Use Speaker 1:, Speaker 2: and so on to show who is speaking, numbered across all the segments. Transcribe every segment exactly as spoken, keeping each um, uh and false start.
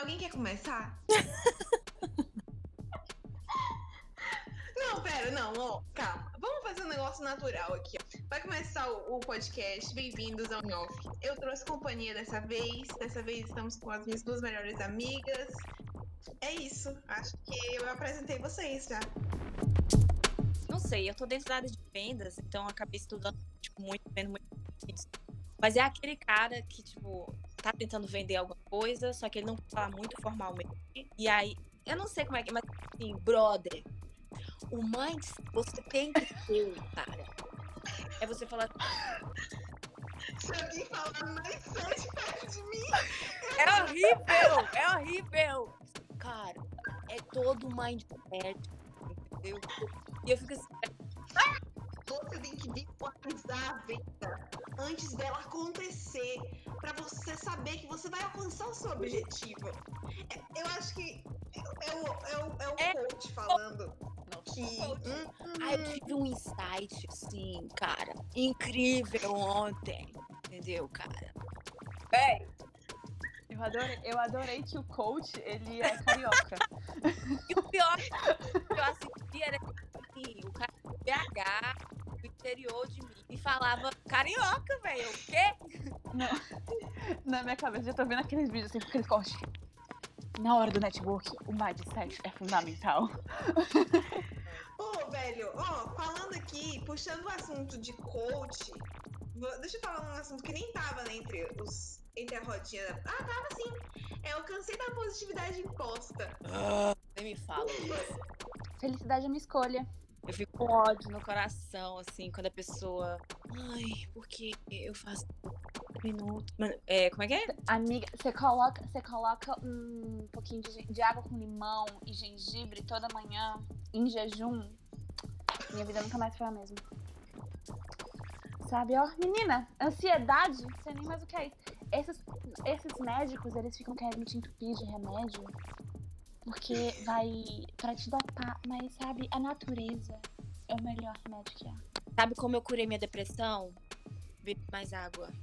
Speaker 1: Alguém quer começar? Não, pera, não, ó, calma. Vamos fazer um negócio natural aqui, ó. Vai começar o, o podcast, bem-vindos ao Off. Eu trouxe companhia dessa vez, dessa vez estamos com as minhas duas melhores amigas. É isso, acho que eu apresentei vocês já.
Speaker 2: Não sei, eu tô dentro da área de vendas, então eu acabei estudando, tipo, muito, vendo muito vídeos. Mas é aquele cara que, tipo, tá tentando vender alguma coisa, só que ele não fala muito formalmente. E aí, eu não sei como é que é, mas assim, brother, o mindset você tem que ter, cara. É você falar.
Speaker 1: Se alguém falar mais sete perto de mim.
Speaker 2: É horrível! É horrível! Cara, é todo mindset, entendeu? E eu fico assim.
Speaker 1: Você tem que visualizar a venda antes dela acontecer, pra você saber que você vai alcançar o seu objetivo. É, eu acho que é o, é o, é o
Speaker 2: É.
Speaker 1: coach falando que...
Speaker 2: Hum, ah, eu tive um insight, assim, cara, incrível ontem, entendeu, cara? Véi,
Speaker 3: Eu adorei, eu adorei que o coach, ele é carioca.
Speaker 2: e o pior que eu assisti era assim, o cara do B H, do interior de mim, e falava carioca, velho, o quê?
Speaker 3: Não, na minha cabeça, eu tô vendo aqueles vídeos assim, com aqueles cortes. Na hora do network, o mindset é fundamental.
Speaker 1: Ô, velho, ó, falando aqui, puxando o assunto de coach, vou- deixa eu falar um assunto que nem tava, né, entre os... Entre a rodinha. Ah, tava sim. É o cansei da positividade imposta.
Speaker 2: Nem me fala isso.
Speaker 3: Felicidade é uma escolha.
Speaker 2: Eu fico com ódio no coração, assim, quando a pessoa. Ai, por que eu faço minutos? Mano, é, como é que é?
Speaker 3: Amiga, você coloca, você coloca um pouquinho de, gen- de água com limão e gengibre toda manhã, em jejum, minha vida nunca mais foi a mesma. Sabe, ó, menina, ansiedade, não sei nem mais o que é isso. Esses, esses médicos, eles ficam querendo te entupir de remédio porque vai pra te dopar, mas sabe, a natureza é o melhor remédio que há.
Speaker 2: Sabe como eu curei minha depressão? Bebi mais água.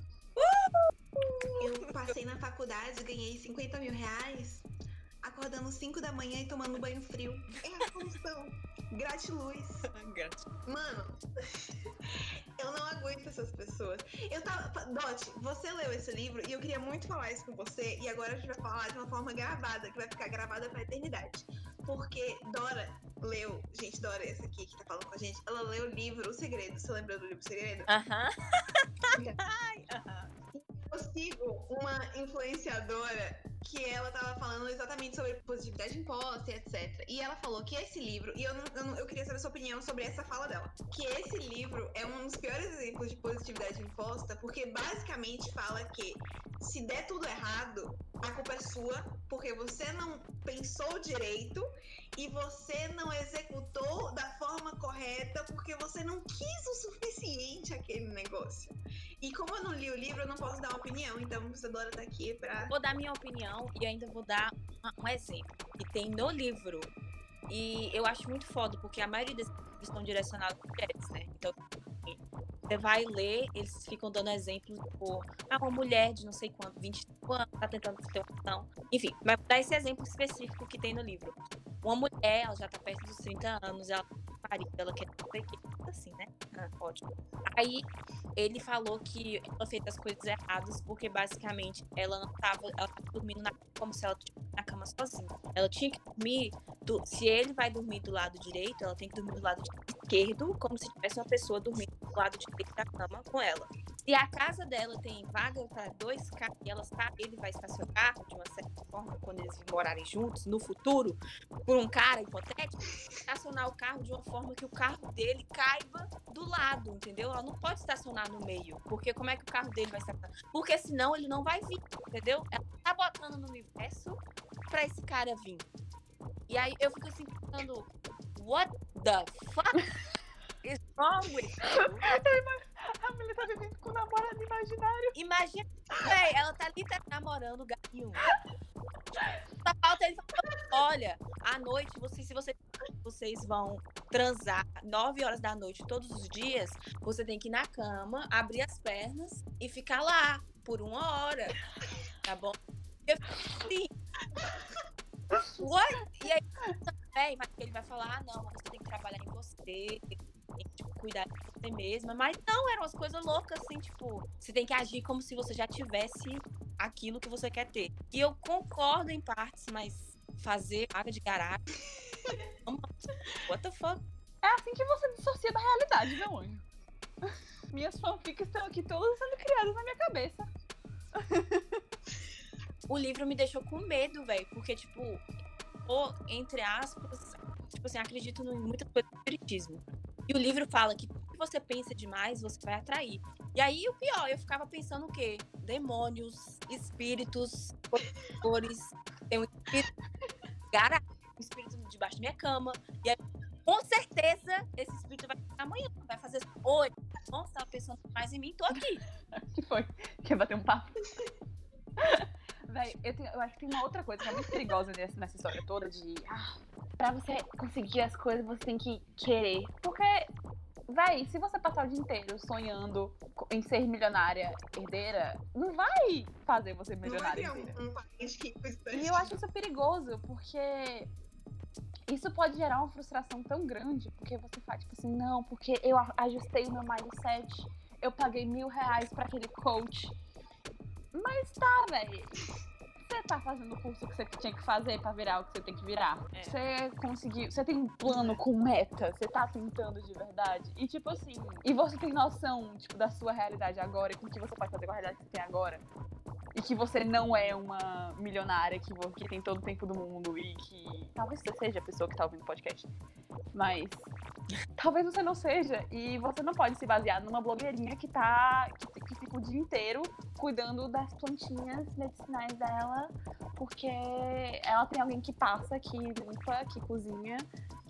Speaker 1: Eu passei na faculdade, ganhei cinquenta mil reais, acordando cinco da manhã e tomando banho frio. É a função. Gratiluz. Mano, eu não aguento essas pessoas. Eu tava. Dot, você leu esse livro e eu queria muito falar isso com você. E agora a gente vai falar de uma forma gravada, que vai ficar gravada pra eternidade. Porque Dora leu. Gente, Dora, essa aqui que tá falando com a gente, ela leu o livro O Segredo. Você lembra do livro O Segredo?
Speaker 2: Aham. Ai, aham.
Speaker 1: Eu sigo uma influenciadora que ela tava falando exatamente sobre positividade imposta e etcétera. E ela falou que esse livro, e eu, não, eu, não- eu queria saber a sua opinião sobre essa fala dela, que esse livro é um dos piores exemplos de positividade imposta, porque basicamente fala que se der tudo errado, a culpa é sua, porque você não pensou direito e você não executou da forma correta, porque você não quis o suficiente aquele negócio. E como eu não li o livro, eu não posso dar uma opinião, então a Isadora tá aqui pra...
Speaker 2: Vou dar minha opinião e ainda vou dar uma- um exemplo que tem no livro. E eu acho muito foda, porque a maioria desses livros estão direcionados a mulheres, né? Então, assim, você vai ler, eles ficam dando exemplos, tipo, ah, uma mulher de não sei quanto, vinte e cinco anos, tá tentando ter uma ação. Enfim, mas vou dar esse exemplo específico que tem no livro. Uma mulher, ela já tá perto dos trinta anos, ela tem marido, ela quer não sei o que, assim, né? Ah, ótimo. Aí, ele falou que ela fez as coisas erradas porque, basicamente, ela não tava, ela tava dormindo na, como se ela estivesse na cama sozinha. Ela tinha que dormir, do, se ele vai dormir do lado direito, ela tem que dormir do lado esquerdo, como se tivesse uma pessoa dormindo do lado direito da cama com ela. Se a casa dela tem vaga para dois carros e ela sabe, ele vai estacionar o carro de uma certa forma, quando eles morarem juntos, no futuro, por um cara hipotético, estacionar o carro de uma forma que o carro dele caiba do lado, entendeu? Ela não pode estacionar no meio, porque como é que o carro dele vai estacionar? Porque senão ele não vai vir, entendeu? Ela tá botando no universo pra esse cara vir. E aí eu fico assim pensando, what the fuck is wrong with you?
Speaker 3: A mulher tá vivendo com um namorado imaginário.
Speaker 2: Imagina, véi, ela tá literalmente namorando o gatinho. Só falta ele falar, olha, à noite, você, se você, vocês vão transar nove horas da noite todos os dias, você tem que ir na cama, abrir as pernas e ficar lá por uma hora, tá bom? Eu fico assim, what? E aí, véi, mas ele vai falar, ah, não, você tem que trabalhar em você, tem que tipo, cuidar de você mesma. Mas não, eram umas coisas loucas, assim, tipo, você tem que agir como se você já tivesse aquilo que você quer ter. E eu concordo em partes, mas fazer vaga de garagem, what the fuck?
Speaker 3: É assim que você dissocia da realidade, meu anjo. Minhas fanfics estão aqui todas sendo criadas na minha cabeça.
Speaker 2: O livro me deixou com medo, velho, porque, tipo, ou, entre aspas, tipo assim, acredito em muitas coisas do espiritismo. E o livro fala que se você pensa demais, você vai atrair. E aí, o pior, eu ficava pensando o quê? Demônios, espíritos, cores, tem um espírito, garagem, um espírito debaixo da minha cama. E aí, com certeza, esse espírito vai ficar amanhã, vai fazer assim, oi, nossa, tava pensando mais em mim, tô aqui.
Speaker 3: Que foi? Quer bater um papo? Véi, eu, tenho- eu acho que tem uma outra coisa que é muito perigosa nessa, nessa história toda de... Ah, pra você conseguir as coisas, você tem que querer. Porque, véi, se você passar o dia inteiro sonhando em ser milionária herdeira, não vai fazer você
Speaker 1: Não vai
Speaker 3: milionária
Speaker 1: criar
Speaker 3: herdeira.
Speaker 1: um, um parente que
Speaker 3: E eu acho isso perigoso, porque isso pode gerar uma frustração tão grande, porque você faz, tipo assim, não, porque eu a- ajustei o meu mindset, eu paguei mil reais pra aquele coach. Mas tá, velho. Você tá fazendo o curso que você tinha que fazer pra virar o que você tem que virar.
Speaker 2: É.
Speaker 3: Você conseguiu. Você tem um plano com meta. Você tá tentando de verdade. E tipo assim. E você tem noção, tipo, da sua realidade agora e com o que você pode fazer com a realidade que você tem agora. E que você não é uma milionária que, vo- que tem todo o tempo do mundo e que. Talvez você seja a pessoa que tá ouvindo o podcast. Mas. Talvez você não seja. E você não pode se basear numa blogueirinha que tá. que, que fica o dia inteiro cuidando das plantinhas medicinais dela. Porque ela tem alguém que passa, que limpa, que cozinha,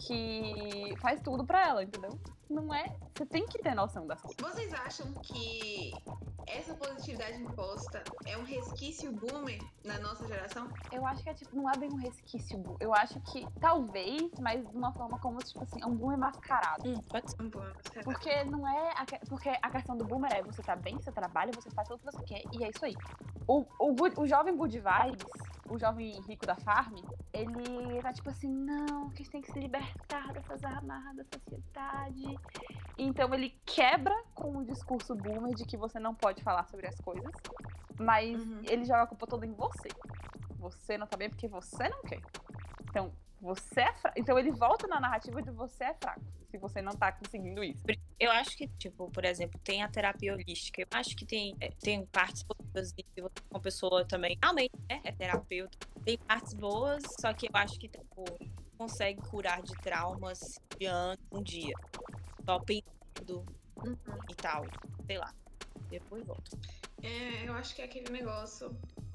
Speaker 3: que faz tudo pra ela, entendeu? Não é. Você tem que ter noção das coisas.
Speaker 1: Vocês acham que essa positividade imposta é um resquício boomer na nossa geração?
Speaker 3: Eu acho que é tipo, não é bem um resquício. bu- Eu acho que talvez, mas de uma forma como, tipo assim, é um boomer mascarado.
Speaker 2: Hum, pode ser.
Speaker 1: Um boomer, será?
Speaker 3: Porque não é. A, que- porque a questão do boomer é você tá bem, você trabalha, você faz tudo que você quer, e é isso aí. O, o, good- o jovem good vibes, o jovem rico da farm, ele tá tipo assim, não, que a gente tem que se libertar dessas amarras da sociedade. Então ele quebra com o discurso boomer de que você não pode falar sobre as coisas, mas
Speaker 1: Uhum.
Speaker 3: ele joga a culpa toda em você. Você não tá bem porque você não quer. Então, você é fraco. Então ele volta na narrativa de você é fraco, se você não tá conseguindo isso.
Speaker 2: Eu acho que, tipo, por exemplo, tem a terapia holística. Eu acho que tem, é, tem partes positivas e se você é uma pessoa também realmente né, é terapeuta. Tem partes boas, só que eu acho que tipo, consegue curar de traumas de anos um dia. Só pensando
Speaker 1: Uhum.
Speaker 2: e tal. Sei lá. Depois volto.
Speaker 1: É, eu acho que é aquele negócio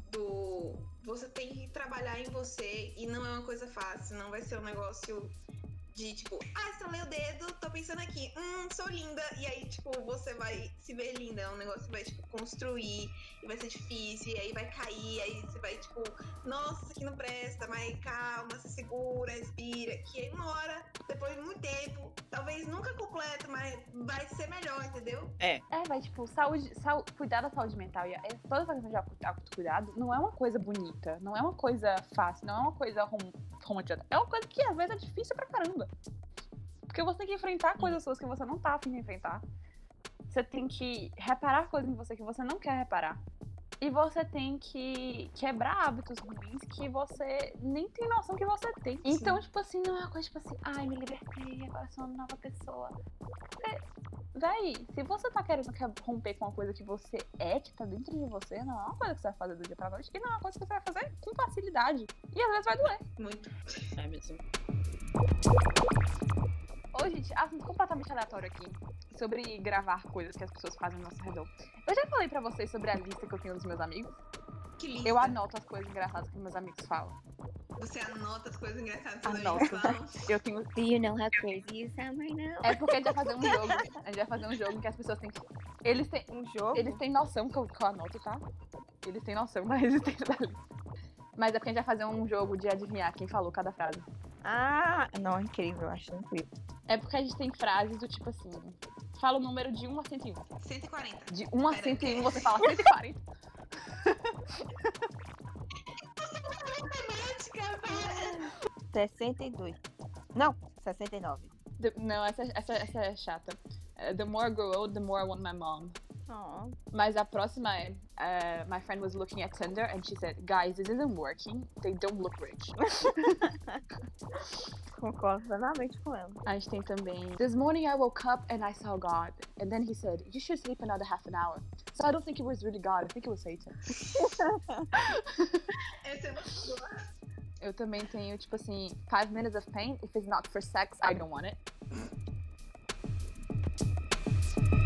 Speaker 1: do você tem que trabalhar em você e não é uma coisa fácil, não vai ser um negócio de tipo, ah, estalei o dedo, tô pensando aqui, hum, sou linda, e aí, tipo, você vai se ver linda, é um negócio que vai, tipo, construir, e vai ser difícil, e aí vai cair, aí você vai, tipo, nossa, isso aqui não presta, mas calma, se segura, respira, que aí uma hora, depois de muito tempo, talvez nunca completo, mas vai ser melhor, entendeu?
Speaker 3: É, vai, tipo, saúde, sau- cuidar da saúde mental e a- é- toda essa questão de auto- autocuidado não é uma coisa bonita, não é uma coisa fácil, não é uma coisa rom romantizada. É uma coisa que às vezes é difícil pra caramba. Porque você tem que enfrentar coisas suas que você não tá afim de enfrentar. Você tem que reparar coisas em você que você não quer reparar. E você tem que quebrar hábitos ruins que você nem tem noção que você tem. Então, tipo assim, não é uma coisa tipo assim, ai, me libertei, agora sou uma nova pessoa. Você, véi, se você tá querendo que- romper com uma coisa que você é, que tá dentro de você, não é uma coisa que você vai fazer do dia pra noite, e não é uma coisa que você vai fazer com facilidade. E às vezes vai doer.
Speaker 1: Muito.
Speaker 2: É mesmo.
Speaker 3: Ô, gente, assunto completamente aleatório aqui. Sobre gravar coisas que as pessoas fazem ao nosso redor. Eu já falei pra vocês sobre a lista que eu tenho dos meus amigos.
Speaker 1: Que lindo.
Speaker 3: Eu anoto as coisas engraçadas que meus amigos falam.
Speaker 1: Você anota as coisas engraçadas que os
Speaker 3: Anoto.
Speaker 1: amigos falam.
Speaker 3: Eu tenho.
Speaker 2: Do you know how crazy you sound right now?
Speaker 3: É porque a gente vai fazer um jogo. A gente vai fazer um jogo que as pessoas têm que. Eles têm.
Speaker 4: Um jogo?
Speaker 3: Eles têm noção que eu, que eu anoto, tá? Eles têm noção da existência da lista. Mas é porque a gente vai fazer um jogo de adivinhar quem falou cada frase.
Speaker 4: Ah, não, é incrível, eu acho incrível.
Speaker 3: É porque a gente tem frases do tipo assim. Fala o número de um a cento e um.
Speaker 1: cento e quarenta.
Speaker 3: De um a
Speaker 1: Pera,
Speaker 3: cento e um
Speaker 1: quê?
Speaker 3: você fala cento e quarenta.
Speaker 1: Matemática, para.
Speaker 4: sessenta e dois. Não, sessenta e nove.
Speaker 3: The- não, essa, essa, essa é chata. Uh, the more I grow old, the more I want my mom.
Speaker 4: Oh.
Speaker 3: Mas a próxima é, uh, my friend was looking at Tinder and she said, guys, this isn't working. They don't look rich.
Speaker 4: Concordo plenamente com ela.
Speaker 3: A gente tem também, this morning I woke up and I saw God. And then he said, you should sleep another half an hour. So I don't think it was really God, I think it was Satan.
Speaker 1: Essa é muito boa.
Speaker 3: Eu também tenho, tipo assim, five minutes of pain. If it's not for sex, I don't want it.